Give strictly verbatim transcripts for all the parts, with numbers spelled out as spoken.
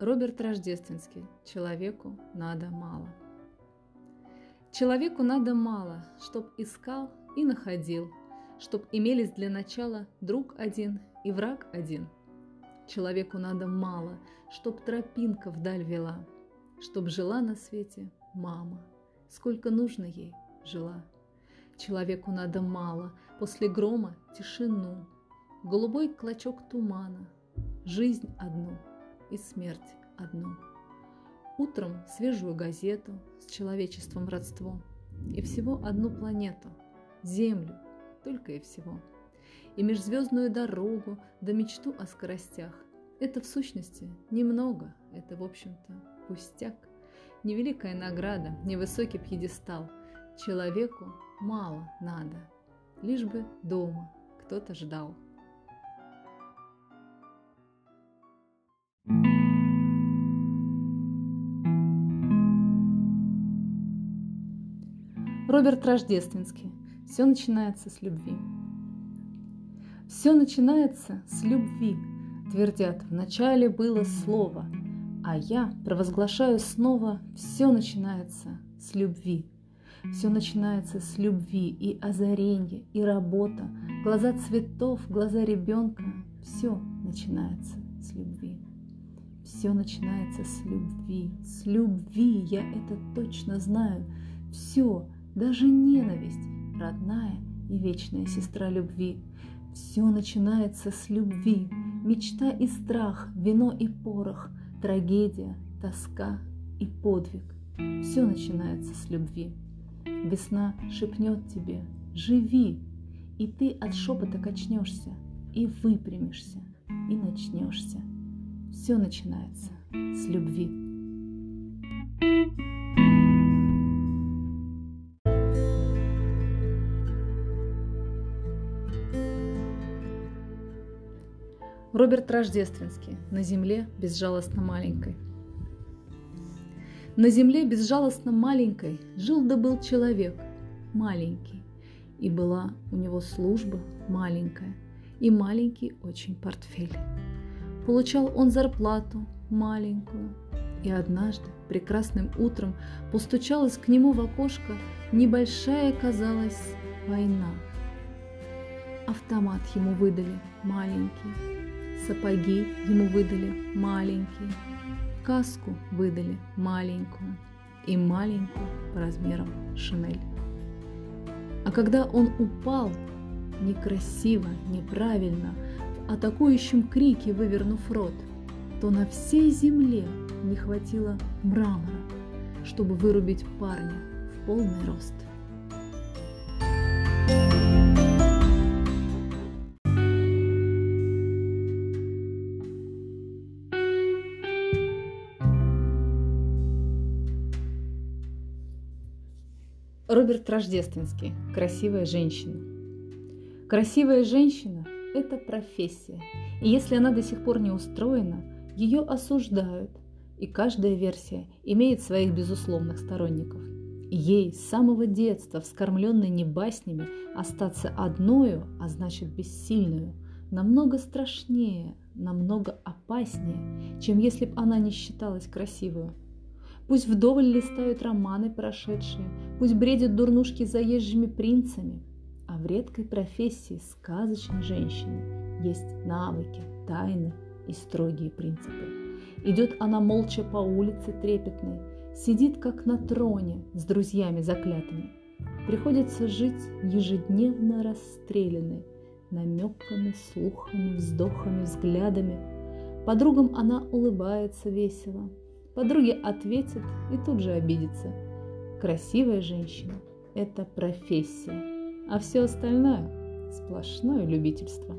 Роберт Рождественский. Человеку надо мало. Человеку надо мало, чтоб искал и находил, чтоб имелись для начала друг один и враг один. Человеку надо мало, чтоб тропинка вдаль вела, чтоб жила на свете мама, сколько нужно ей жила. Человеку надо мало, после грома тишину, голубой клочок тумана, жизнь одну и смерть одну. Утром свежую газету с человечеством родство и всего одну планету, Землю, только и всего. И межзвездную дорогу да мечту о скоростях. Это в сущности немного, это в общем-то пустяк. Невеликая награда, невысокий пьедестал. Человеку мало надо, лишь бы дома кто-то ждал. Роберт Рождественский. Все начинается с любви. Все начинается с любви, твердят, вначале было слово, а я провозглашаю снова, все начинается с любви. Все начинается с любви, и озаренье, и работа, глаза цветов, глаза ребенка, все начинается с любви. Все начинается с любви, с любви, я это точно знаю. Все, даже ненависть, родная и вечная сестра любви. Все начинается с любви, мечта и страх, вино и порох, трагедия, тоска и подвиг. Все начинается с любви. Весна шепнет тебе «Живи!» И ты от шепота качнешься, и выпрямишься, и начнешься. Все начинается с любви. Роберт Рождественский. На земле безжалостно маленькой. На земле безжалостно маленькой жил да был человек маленький, и была у него служба маленькая, и маленький очень портфель. Получал он зарплату маленькую, и однажды прекрасным утром постучалась к нему в окошко небольшая, казалось, война. Автомат ему выдали маленький, сапоги ему выдали маленькие, каску выдали маленькую и маленькую по размерам шинель. А когда он упал, некрасиво, неправильно, в атакующем крике вывернув рот, то на всей земле не хватило мрамора, чтобы вырубить парня в полный рост. Роберт Рождественский. Красивая женщина. Красивая женщина – это профессия, и если она до сих пор не устроена, ее осуждают, и каждая версия имеет своих безусловных сторонников. Ей с самого детства, вскормленной не баснями, остаться одною, а значит бессильную, намного страшнее, намного опаснее, чем если б она не считалась красивую. Пусть вдоволь листают романы прошедшие, пусть бредят дурнушки заезжими принцами, а в редкой профессии сказочной женщины есть навыки, тайны и строгие принципы. Идет она молча по улице трепетной, сидит как на троне с друзьями заклятыми. Приходится жить ежедневно расстрелянной, намеками, слухами, вздохами, взглядами. Подругам она улыбается весело, подруги ответят и тут же обидятся. Красивая женщина – это профессия, а все остальное – сплошное любительство.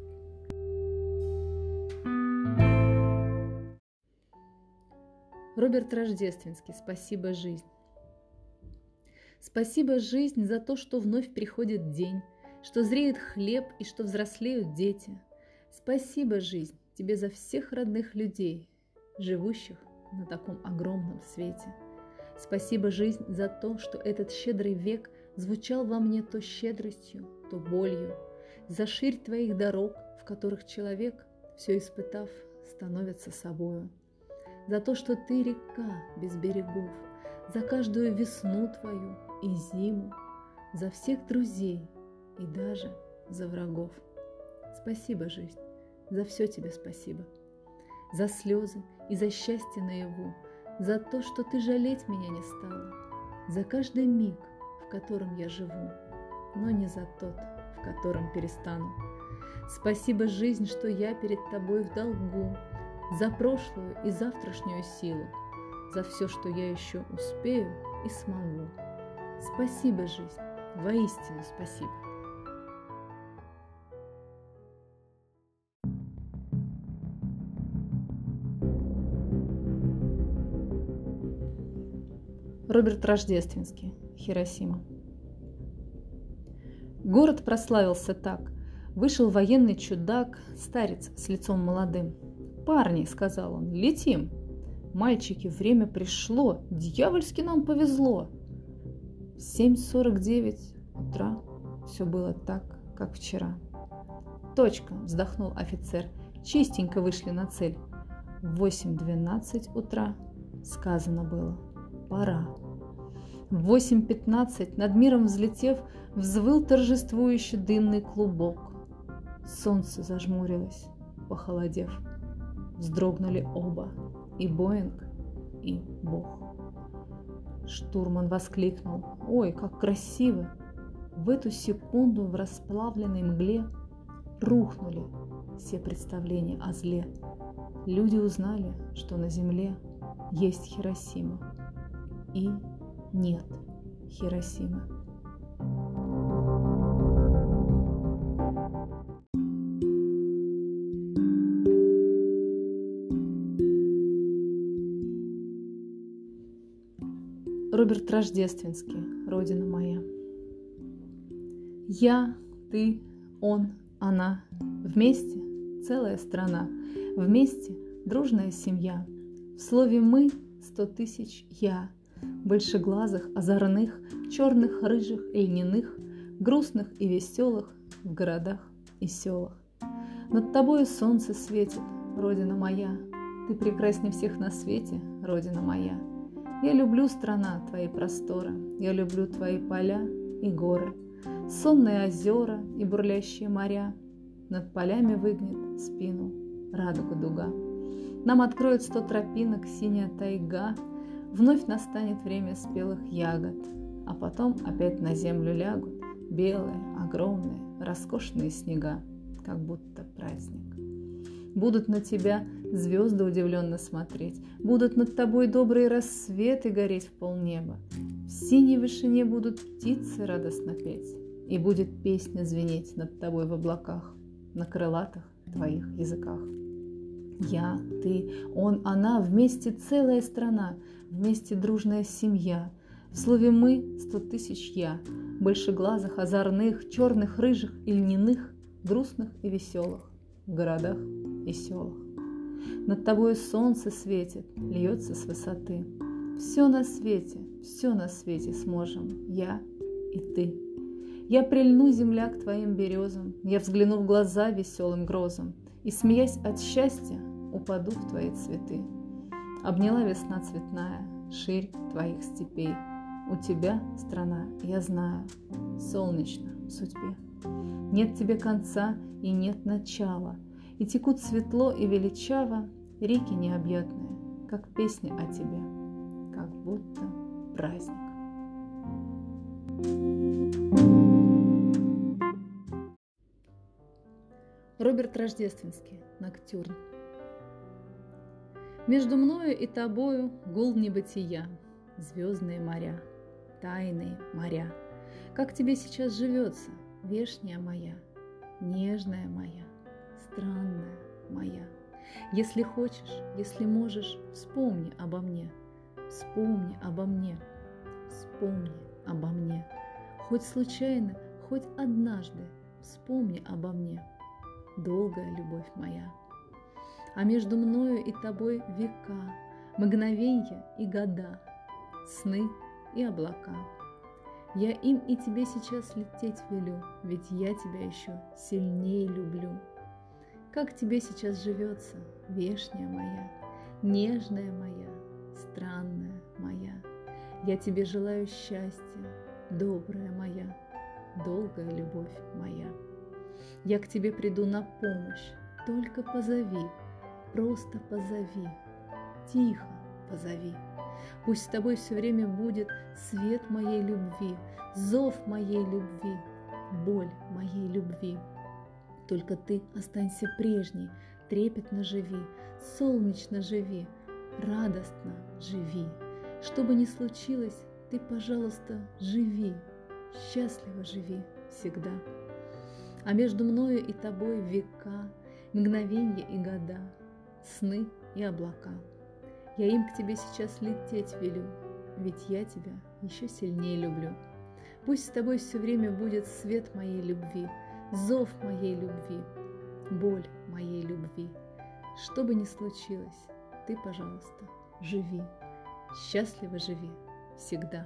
Роберт Рождественский. Спасибо, жизнь. Спасибо, жизнь, за то, что вновь приходит день, что зреет хлеб и что взрослеют дети. Спасибо, жизнь, тебе за всех родных людей, живущих на таком огромном свете. Спасибо, жизнь, за то, что этот щедрый век звучал во мне то щедростью, то болью, за ширь твоих дорог, в которых человек, все испытав, становится собою. за то, что ты река без берегов, за каждую весну твою и зиму, за всех друзей и даже за врагов. Спасибо, жизнь, за все тебе спасибо, за слезы и за счастье наяву, за то, что ты жалеть меня не стала, за каждый миг, в котором я живу, но не за тот, в котором перестану. Спасибо, жизнь, что я перед тобой в долгу, за прошлую и завтрашнюю силу, за все, что я еще успею и смогу. Спасибо, жизнь, воистину спасибо. Роберт Рождественский, Хиросима. Город прославился так. Вышел военный чудак, старец с лицом молодым. «Парни», — сказал он, — «летим». «Мальчики, время пришло, дьявольски нам повезло». В семь сорок девять утра все было так, как вчера. «Точка», — вздохнул офицер, — «чистенько вышли на цель». В восемь двенадцать утра сказано было «пора». В восемь пятнадцать, над миром взлетев, взвыл торжествующий дымный клубок. Солнце зажмурилось, похолодев. Вздрогнули оба, и Боинг, и Бог. Штурман воскликнул: «Ой, как красиво!» В эту секунду в расплавленной мгле рухнули все представления о зле. Люди узнали, что на земле есть Хиросима и нет Хиросимы. Роберт Рождественский, Родина моя. Я, ты, он, она. Вместе целая страна. Вместе дружная семья. В слове «мы» сто тысяч «я». Большеглазых, озорных, черных, рыжих и льняных, грустных и веселых в городах и селах. Над тобою солнце светит, Родина моя. Ты прекрасней всех на свете, Родина моя. Я люблю, страна, твои просторы, я люблю твои поля и горы, сонные озера и бурлящие моря. Над полями выгнет спину радуга дуга. Нам откроет сто тропинок синяя тайга. Вновь настанет время спелых ягод, а потом опять на землю лягут белые, огромные, роскошные снега, как будто праздник. Будут на тебя звезды удивленно смотреть, будут над тобой добрые рассветы гореть в полнеба. В синей вышине будут птицы радостно петь, и будет песня звенеть над тобой в облаках, на крылатых твоих языках. Я, ты, он, она, вместе целая страна, вместе дружная семья. В слове «мы» сто тысяч «я», большеглазых, озорных, черных, рыжих и льняных, грустных и веселых, в городах и селах. Над тобой солнце светит, льется с высоты. Все на свете, все на свете сможем, я и ты. Я прильну, земля, к твоим березам, я взгляну в глаза веселым грозам, и, смеясь от счастья, упаду в твои цветы. Обняла весна цветная ширь твоих степей. У тебя, страна, я знаю, солнечно в судьбе. Нет тебе конца и нет начала, и текут светло и величаво реки необъятные, как песня о тебе, как будто праздник. Роберт Рождественский, Ноктюрн. Между мною и тобою гул небытия, звездные моря, тайные моря. Как тебе сейчас живется, вешняя моя, нежная моя, странная моя? Если хочешь, если можешь, вспомни обо мне, вспомни обо мне, вспомни обо мне. Хоть случайно, хоть однажды вспомни обо мне, долгая любовь моя. А между мною и тобой века, мгновенья и года, сны и облака. Я им и тебе сейчас лететь велю, ведь я тебя еще сильнее люблю. Как тебе сейчас живется, вешняя моя? Нежная моя, странная моя, я тебе желаю счастья, добрая моя, долгая любовь моя. Я к тебе приду на помощь, только позови, просто позови, тихо позови. Пусть с тобой все время будет свет моей любви, зов моей любви, боль моей любви. Только ты останься прежней, трепетно живи, солнечно живи, радостно живи. Что бы ни случилось, ты, пожалуйста, живи, счастливо живи всегда. А между мною и тобой века, мгновенья и года, сны и облака. Я им к тебе сейчас лететь велю, ведь я тебя еще сильнее люблю. Пусть с тобой все время будет свет моей любви, зов моей любви, боль моей любви. Что бы ни случилось, ты, пожалуйста, живи, счастливо живи всегда.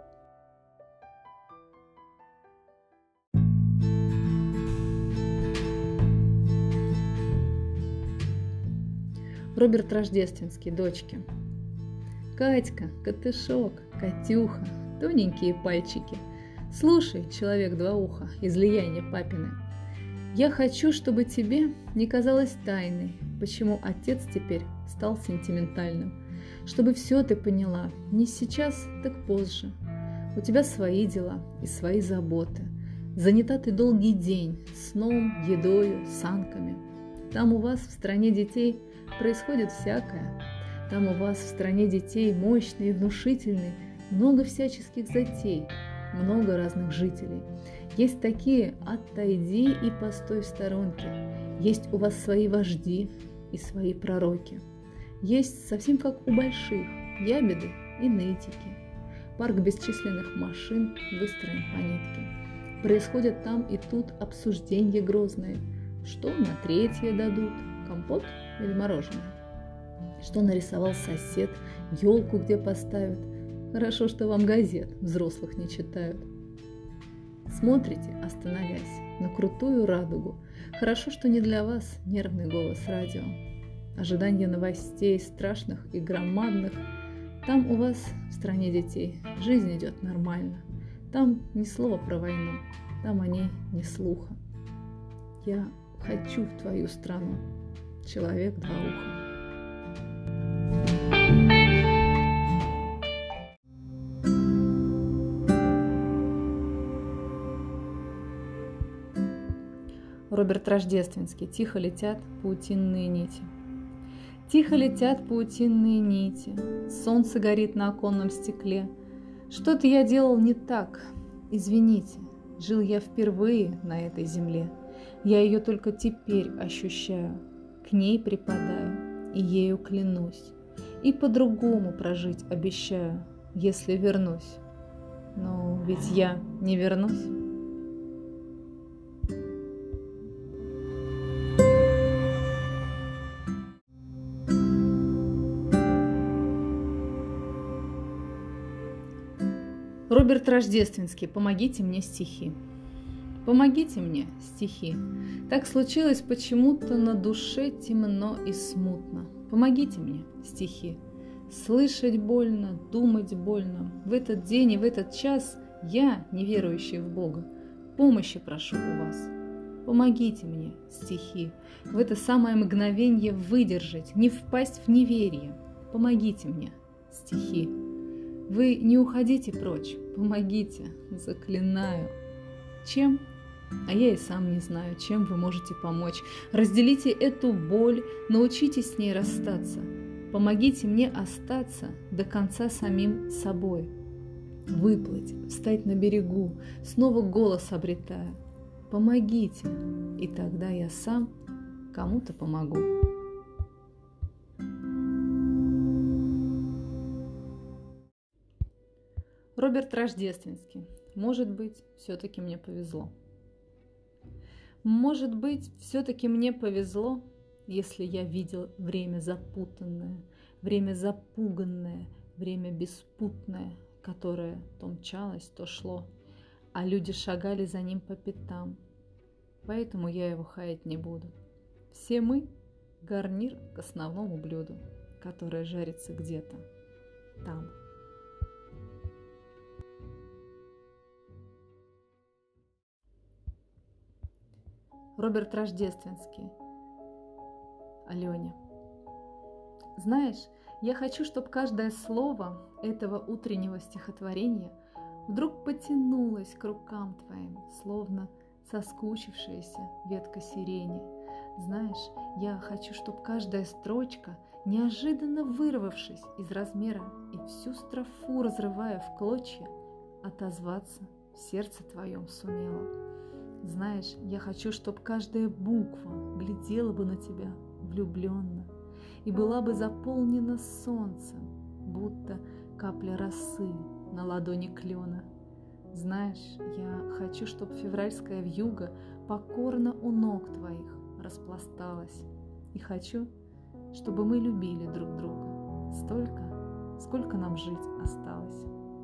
Роберт Рождественский, дочке. Катька, Катышок, Катюха, тоненькие пальчики. Слушай, человек два уха, излияние папины. Я хочу, чтобы тебе не казалось тайной, почему отец теперь стал сентиментальным. Чтобы все ты поняла, не сейчас, так позже. У тебя свои дела и свои заботы. Занята ты долгий день сном, едою, санками. Там у вас в стране детей происходит всякое. Там у вас в стране детей мощный и внушительный, много всяческих затей, много разных жителей. Есть такие «отойди и постой в сторонке». Есть у вас свои вожди и свои пророки. Есть совсем как у больших ябеды и нытики. Парк бесчисленных машин выстроен по нитке. Происходят там и тут обсуждения грозные. Что на третье дадут? Компот или мороженое? Что нарисовал сосед, елку где поставят? Хорошо, что вам газет взрослых не читают. Смотрите, остановясь, на крутую радугу. Хорошо, что не для вас нервный голос радио. Ожидание новостей страшных и громадных. Там у вас, в стране детей, жизнь идет нормально. Там ни слова про войну, там о ней ни слуха. Я хочу в твою страну, человек два уха. Роберт Рождественский. Тихо летят паутинные нити. Тихо летят паутинные нити. Солнце горит на оконном стекле. Что-то я делал не так. Извините, жил я впервые на этой земле. Я ее только теперь ощущаю. К ней припадаю и ею клянусь. И по-другому прожить обещаю, если вернусь. Но ведь я не вернусь. Роберт Рождественский. Помогите мне стихи. Помогите мне стихи. Так случилось почему-то на душе темно и смутно. Помогите мне стихи. Слышать больно, думать больно. В этот день и в этот час я, неверующий в Бога, помощи прошу у вас. Помогите мне стихи. В это самое мгновенье выдержать, не впасть в неверие. Помогите мне стихи. Вы не уходите прочь, помогите, заклинаю. Чем? А я и сам не знаю, чем вы можете помочь. Разделите эту боль, научитесь с ней расстаться. Помогите мне остаться до конца самим собой. Выплыть, встать на берегу, снова голос обретая. Помогите, и тогда я сам кому-то помогу. Роберт Рождественский. Может быть, все-таки мне повезло. Может быть, все-таки мне повезло, если я видел время запутанное, время запуганное, время беспутное, которое то мчалось, то шло, а люди шагали за ним по пятам. Поэтому я его хаять не буду. Все мы — гарнир к основному блюду. которая жарится где-то там. Роберт Рождественский. Алене. Знаешь, я хочу, чтобы каждое слово этого утреннего стихотворения вдруг потянулось к рукам твоим, словно соскучившаяся ветка сирени. Знаешь, я хочу, чтобы каждая строчка, неожиданно вырвавшись из размера и всю строфу разрывая в клочья, отозваться в сердце твоем сумела. Знаешь, я хочу, чтобы каждая буква глядела бы на тебя влюбленно и была бы заполнена солнцем, будто капля росы на ладони клена. Знаешь, я хочу, чтобы февральская вьюга покорно у ног твоих распласталась. И хочу, чтобы мы любили друг друга столько, сколько нам жить осталось.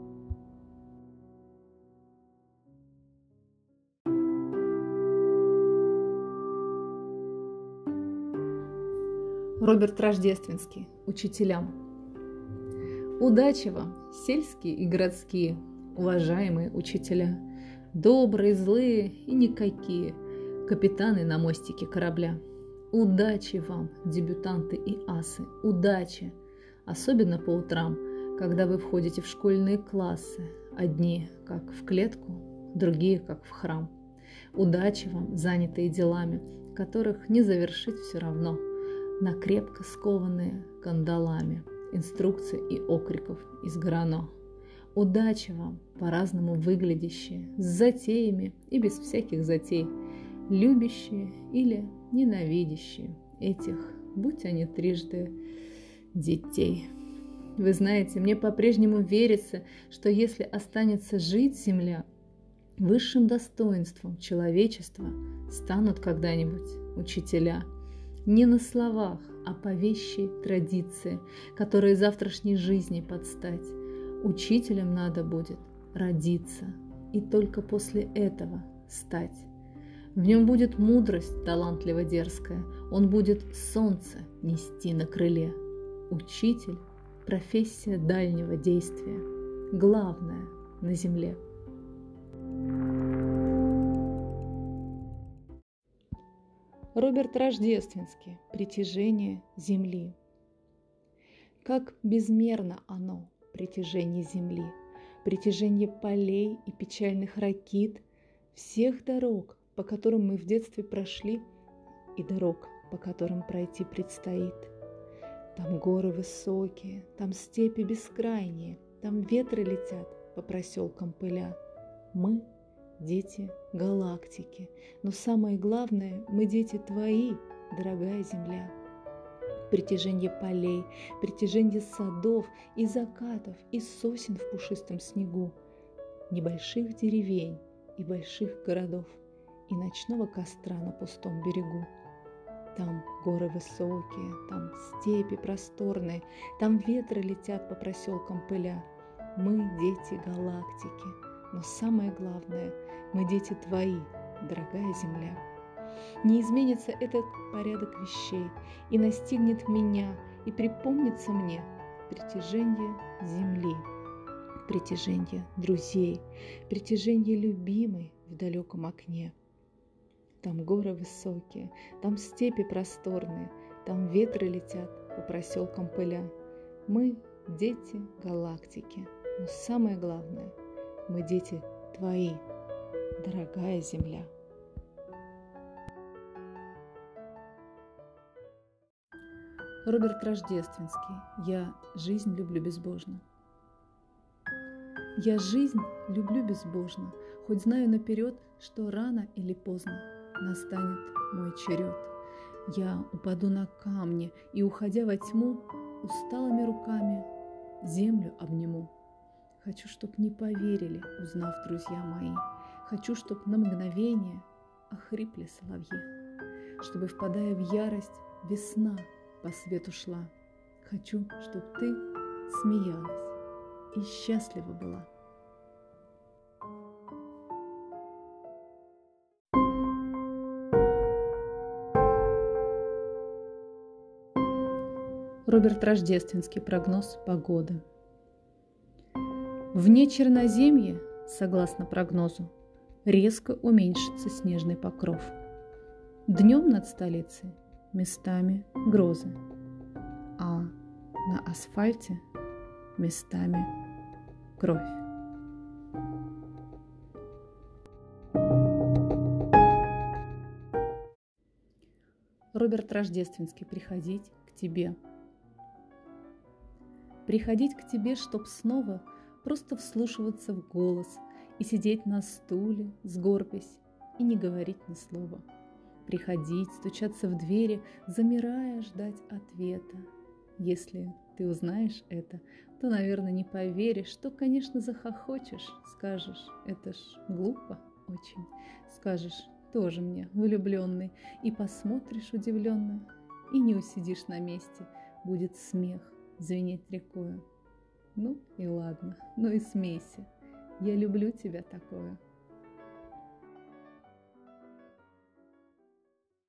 Роберт Рождественский. Учителям. Удачи вам, сельские и городские, уважаемые учителя, добрые, злые и никакие, капитаны на мостике корабля. Удачи вам, дебютанты и асы, удачи, особенно по утрам, когда вы входите в школьные классы, одни как в клетку, другие как в храм. Удачи вам, занятые делами, которых не завершить все равно, на крепко скованные кандалами инструкций и окриков из Грано. Удачи вам, по-разному выглядящие, с затеями и без всяких затей, любящие или ненавидящие этих, будь они трижды, детей. Вы знаете, мне по-прежнему верится, что если останется жить земля, высшим достоинством человечества станут когда-нибудь учителя. Не на словах, а по вещей традиции, которые завтрашней жизни подстать. Учителем надо будет родиться и только после этого стать. В нем будет мудрость талантливо дерзкая, он будет солнце нести на крыле. Учитель – профессия дальнего действия, главная на земле. Роберт Рождественский. Притяжение Земли. Как безмерно оно, притяжение Земли, притяжение полей и печальных ракит, всех дорог, по которым мы в детстве прошли, и дорог, по которым пройти предстоит. Там горы высокие, там степи бескрайние, там ветры летят по проселкам пыля. Мы дети галактики, но самое главное, мы дети твои, дорогая Земля. Притяжение полей, притяжение садов и закатов, и сосен в пушистом снегу, небольших деревень и больших городов, и ночного костра на пустом берегу. Там горы высокие, там степи просторные, там ветры летят по проселкам пыля. Мы дети галактики, но самое главное, мы дети твои, дорогая Земля. Не изменится этот порядок вещей, и настигнет меня, и припомнится мне притяжение Земли, притяжение друзей, притяжение любимой в далеком окне. Там горы высокие, там степи просторные, там ветры летят по проселкам пыля. Мы дети галактики, но самое главное, мы дети твои, дорогая Земля. Роберт Рождественский. Я жизнь люблю безбожно. Я жизнь люблю безбожно, хоть знаю наперед, что рано или поздно настанет мой черед. Я упаду на камни и, уходя во тьму, усталыми руками землю обниму. Хочу, чтоб не поверили, узнав друзья мои. Хочу, чтоб на мгновение охрипли соловьи, чтобы, впадая в ярость, весна по свету шла. Хочу, чтоб ты смеялась и счастлива была. Роберт Рождественский. Прогноз погоды. Вне Черноземья, согласно прогнозу, резко уменьшится снежный покров. Днем над столицей местами грозы, а на асфальте местами кровь. Роберт Рождественский. Приходить к тебе. Приходить к тебе, чтоб снова просто вслушиваться в голос и сидеть на стуле, сгорбясь, и не говорить ни слова. Приходить, стучаться в двери, замирая, ждать ответа. Если ты узнаешь это, то, наверное, не поверишь, что, конечно, захохочешь, скажешь, это ж глупо очень, скажешь, тоже мне влюбленный, и посмотришь удивленно, и не усидишь на месте, будет смех звенеть рекою. Ну и ладно, ну и смейся, я люблю тебя такое.